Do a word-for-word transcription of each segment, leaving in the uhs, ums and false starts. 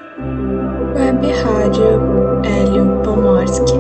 Web Rádio Hélio Pomorski.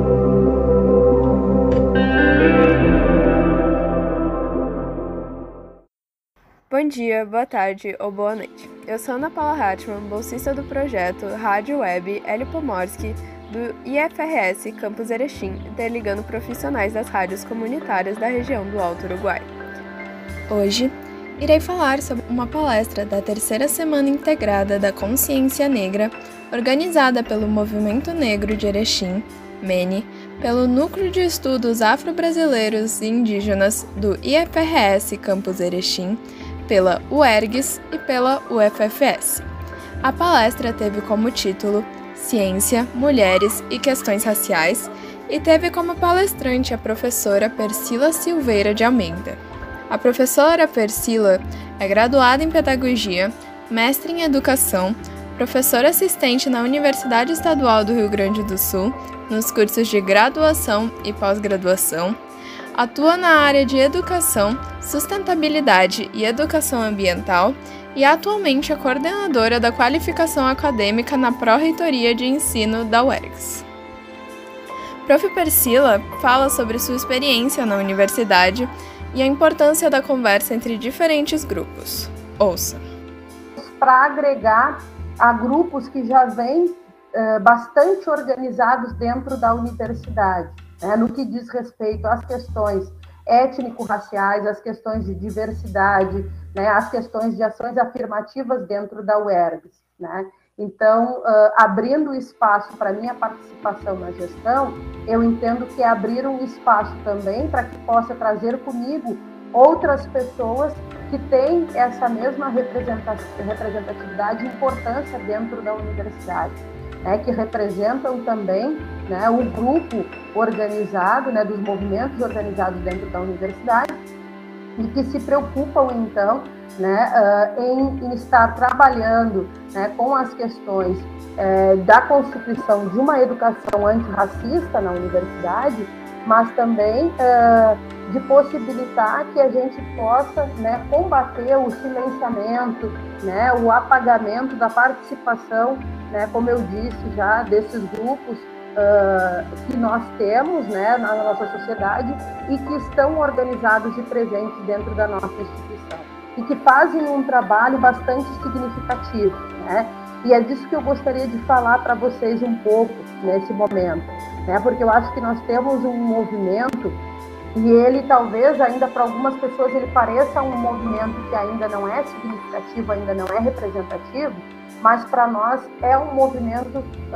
Bom dia, boa tarde ou boa noite. Eu sou Ana Paula Hartmann, bolsista do projeto Rádio Web Hélio Pomorski do I F R S Campus Erechim, interligando profissionais das rádios comunitárias da região do Alto Uruguai. Hoje, irei falar sobre uma palestra da terceira Semana Integrada da Consciência Negra, organizada pelo Movimento Negro de Erechim, MENE, pelo Núcleo de Estudos Afro-Brasileiros e Indígenas do I F R S Campus Erechim, pela U E R G S e pela U F F S. A palestra teve como título Ciência, Mulheres e Questões Raciais e teve como palestrante a professora Persila Silveira de Almeida. A professora Persila é graduada em Pedagogia, mestre em Educação, professora assistente na Universidade Estadual do Rio Grande do Sul, nos cursos de graduação e pós-graduação, atua na área de Educação, Sustentabilidade e Educação Ambiental e atualmente é coordenadora da qualificação acadêmica na Pró-Reitoria de Ensino da U E R G S. Prof Persila fala sobre sua experiência na universidade e a importância da conversa entre diferentes grupos. Ouça. Para agregar a grupos que já vêm eh, bastante organizados dentro da universidade, né, no que diz respeito às questões étnico-raciais, às questões de diversidade, né, às questões de ações afirmativas dentro da U E R G S, né? Então, uh, abrindo espaço para minha participação na gestão, eu entendo que é abrir um espaço também para que possa trazer comigo outras pessoas que têm essa mesma representatividade e importância dentro da universidade, né, que representam também, né, o grupo organizado, né, dos movimentos organizados dentro da universidade e que se preocupam, então, né, uh, em, em estar trabalhando, né, com as questões uh, da constituição de uma educação antirracista na universidade, mas também uh, de possibilitar que a gente possa, né, combater o silenciamento, né, o apagamento da participação, né, como eu disse já, desses grupos uh, que nós temos, né, na nossa sociedade e que estão organizados e presentes dentro da nossa instituição e que fazem um trabalho bastante significativo, né? E é disso que eu gostaria de falar para vocês um pouco nesse momento, né? Porque eu acho que nós temos um movimento e ele talvez ainda para algumas pessoas ele pareça um movimento que ainda não é significativo, ainda não é representativo, mas para nós é um movimento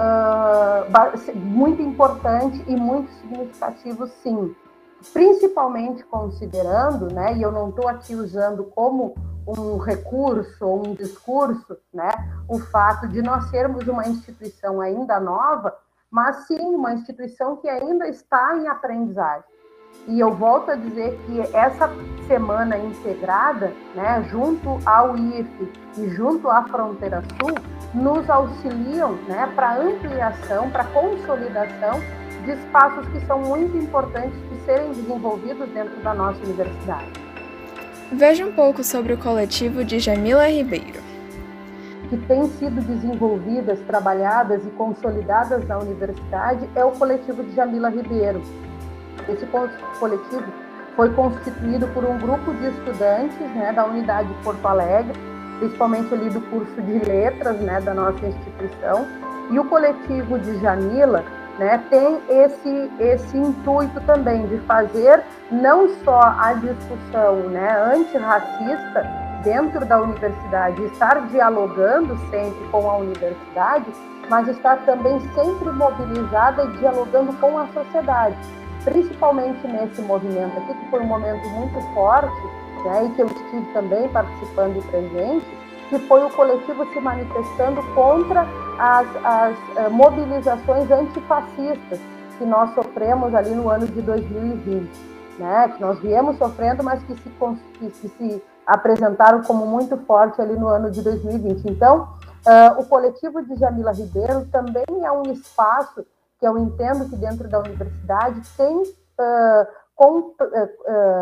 uh, muito importante e muito significativo, sim. Principalmente considerando, né, e eu não estou aqui usando como um recurso ou um discurso, né, o fato de nós sermos uma instituição ainda nova, mas sim uma instituição que ainda está em aprendizagem. E eu volto a dizer que essa semana integrada, né, junto ao I F e junto à Fronteira Sul, nos auxiliam, né, para ampliação, para consolidação de espaços que são muito importantes de serem desenvolvidos dentro da nossa universidade. Veja um pouco sobre o coletivo de Jamila Ribeiro. Que tem sido desenvolvidas, trabalhadas e consolidadas na universidade é o coletivo de Jamila Ribeiro. Esse coletivo foi constituído por um grupo de estudantes, né, da unidade de Porto Alegre, principalmente ali do curso de letras, né, da nossa instituição, e o coletivo de Jamila, né, tem esse, esse intuito também de fazer não só a discussão, né, antirracista dentro da universidade, estar dialogando sempre com a universidade, mas estar também sempre mobilizada e dialogando com a sociedade, principalmente nesse movimento aqui, que foi um momento muito forte, né, e que eu estive também participando e presente, que foi o coletivo se manifestando contra as, as uh, mobilizações antifascistas que nós sofremos ali no ano de dois mil e vinte, né? Que nós viemos sofrendo, mas que se, que, que se apresentaram como muito forte ali no ano de dois mil e vinte. Então, uh, o coletivo de Jamila Ribeiro também é um espaço que eu entendo que dentro da universidade tem uh, com, uh, uh,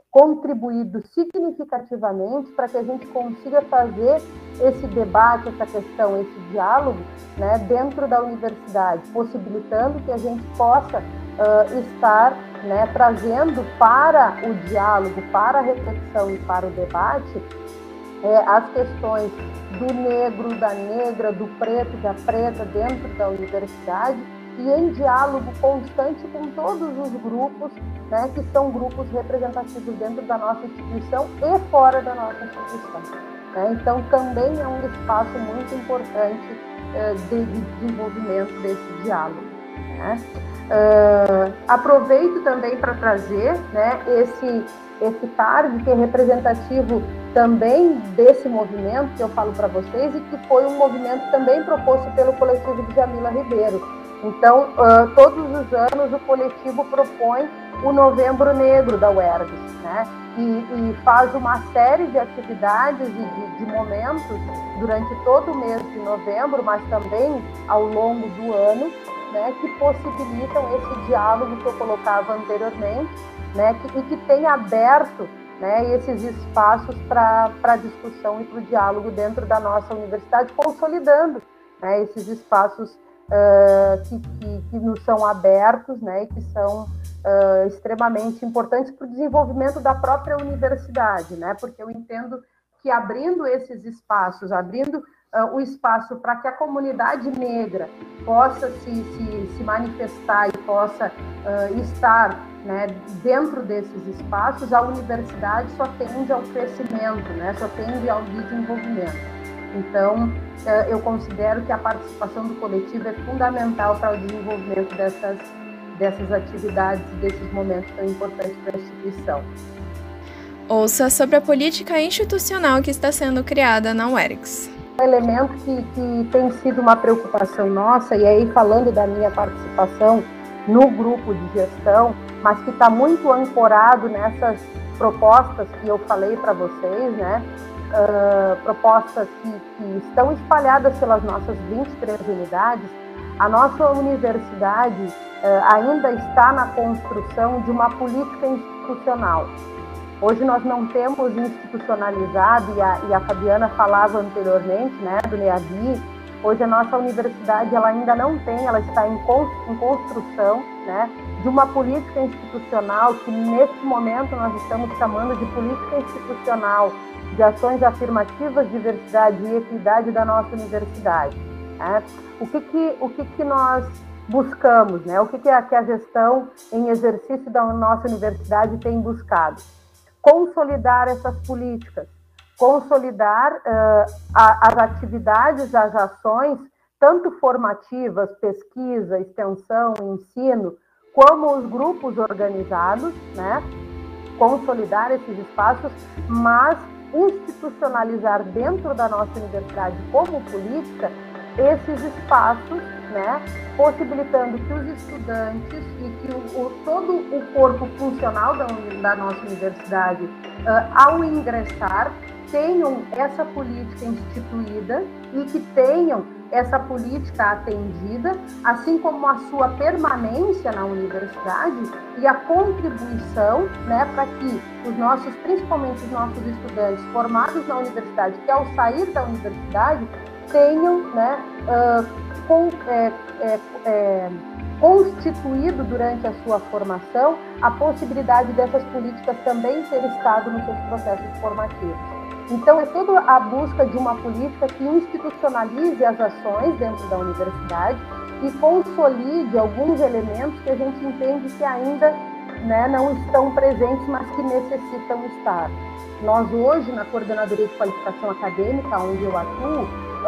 contribuído significativamente para que a gente consiga fazer esse debate, essa questão, esse diálogo, né, dentro da universidade, possibilitando que a gente possa uh, estar, né, trazendo para o diálogo, para a reflexão e para o debate é, as questões do negro, da negra, do preto, da preta dentro da universidade, e em diálogo constante com todos os grupos, né, que são grupos representativos dentro da nossa instituição e fora da nossa instituição. Né? Então, também é um espaço muito importante eh, de, de desenvolvimento desse diálogo. Né? Uh, aproveito também para trazer, né, esse, esse card que é representativo também desse movimento que eu falo para vocês e que foi um movimento também proposto pelo coletivo de Jamila Ribeiro. Então, uh, todos os anos o coletivo propõe o Novembro Negro da U E R G S, né? E, e faz uma série de atividades e de, de momentos durante todo o mês de novembro, mas também ao longo do ano, né, que possibilitam esse diálogo que eu colocava anteriormente, né, que, e que tem aberto, né, esses espaços para discussão e para o diálogo dentro da nossa universidade, consolidando, né, esses espaços Uh, que, que, que nos são abertos, né, e que são uh, extremamente importantes para o desenvolvimento da própria universidade, né, porque eu entendo que abrindo esses espaços, abrindo uh, o espaço para que a comunidade negra possa se, se, se manifestar e possa uh, estar, né, dentro desses espaços, a universidade só tende ao crescimento, né, só tende ao desenvolvimento. Então, eu considero que a participação do coletivo é fundamental para o desenvolvimento dessas, dessas atividades e desses momentos tão importantes para a instituição. Ouça sobre a política institucional que está sendo criada na U E R G S. Um elemento que, que tem sido uma preocupação nossa, e aí falando da minha participação no grupo de gestão, mas que está muito ancorado nessas propostas que eu falei para vocês, né? Uh, propostas que, que estão espalhadas pelas nossas vinte e três unidades. A nossa universidade uh, ainda está na construção de uma política institucional. Hoje nós não temos institucionalizado, e a, e a Fabiana falava anteriormente, né, do NEABI. Hoje a nossa universidade ela ainda não tem, ela está em, em construção, né, de uma política institucional que neste momento nós estamos chamando de política institucional de ações afirmativas, diversidade e equidade da nossa universidade. Né? O, que, que, o que, que nós buscamos, né? O que, que, a, que a gestão em exercício da nossa universidade tem buscado? Consolidar essas políticas, consolidar uh, a, as atividades, as ações, tanto formativas, pesquisa, extensão, ensino, como os grupos organizados, né? Consolidar esses espaços, mas institucionalizar dentro da nossa universidade como política esses espaços, né, possibilitando que os estudantes e que o, o, todo o corpo funcional da, da nossa universidade, uh, ao ingressar, tenham essa política instituída e que tenham essa política atendida, assim como a sua permanência na universidade e a contribuição, né, para que os nossos, principalmente os nossos estudantes formados na universidade, que ao sair da universidade tenham, né, uh, com, é, é, é, constituído durante a sua formação a possibilidade dessas políticas também ter estado nos seus processos formativos. Então, é toda a busca de uma política que institucionalize as ações dentro da universidade e consolide alguns elementos que a gente entende que ainda, né, não estão presentes, mas que necessitam estar. Nós hoje, na Coordenadoria de Qualificação Acadêmica, onde eu atuo,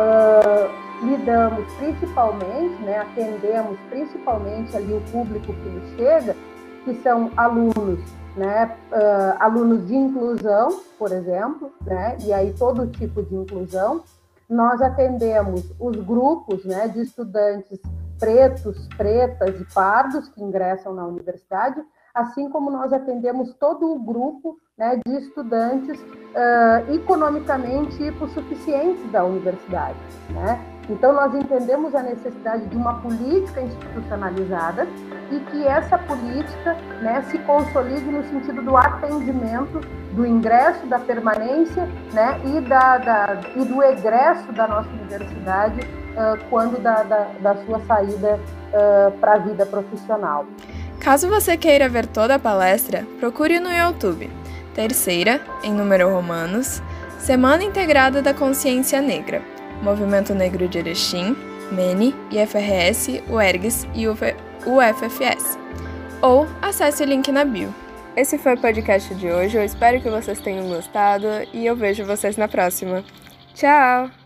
uh, lidamos principalmente, né, atendemos principalmente ali o público que nos chega, que são alunos, né, uh, alunos de inclusão, por exemplo, né, e aí todo tipo de inclusão. Nós atendemos os grupos, né, de estudantes pretos, pretas e pardos que ingressam na universidade, assim como nós atendemos todo o grupo, né, de estudantes uh, economicamente hipossuficientes da universidade, né? Então, nós entendemos a necessidade de uma política institucionalizada e que essa política, né, se consolide no sentido do atendimento, do ingresso, da permanência, né, e, da, da, e do egresso da nossa universidade uh, quando da, da, da sua saída uh, para a vida profissional. Caso você queira ver toda a palestra, procure no YouTube. Terceira, em número romanos, Semana Integrada da Consciência Negra, Movimento Negro de Erechim, MENI, I F R S, UERGS e U F F S. Ou acesse o link na bio. Esse foi o podcast de hoje, eu espero que vocês tenham gostado e eu vejo vocês na próxima. Tchau!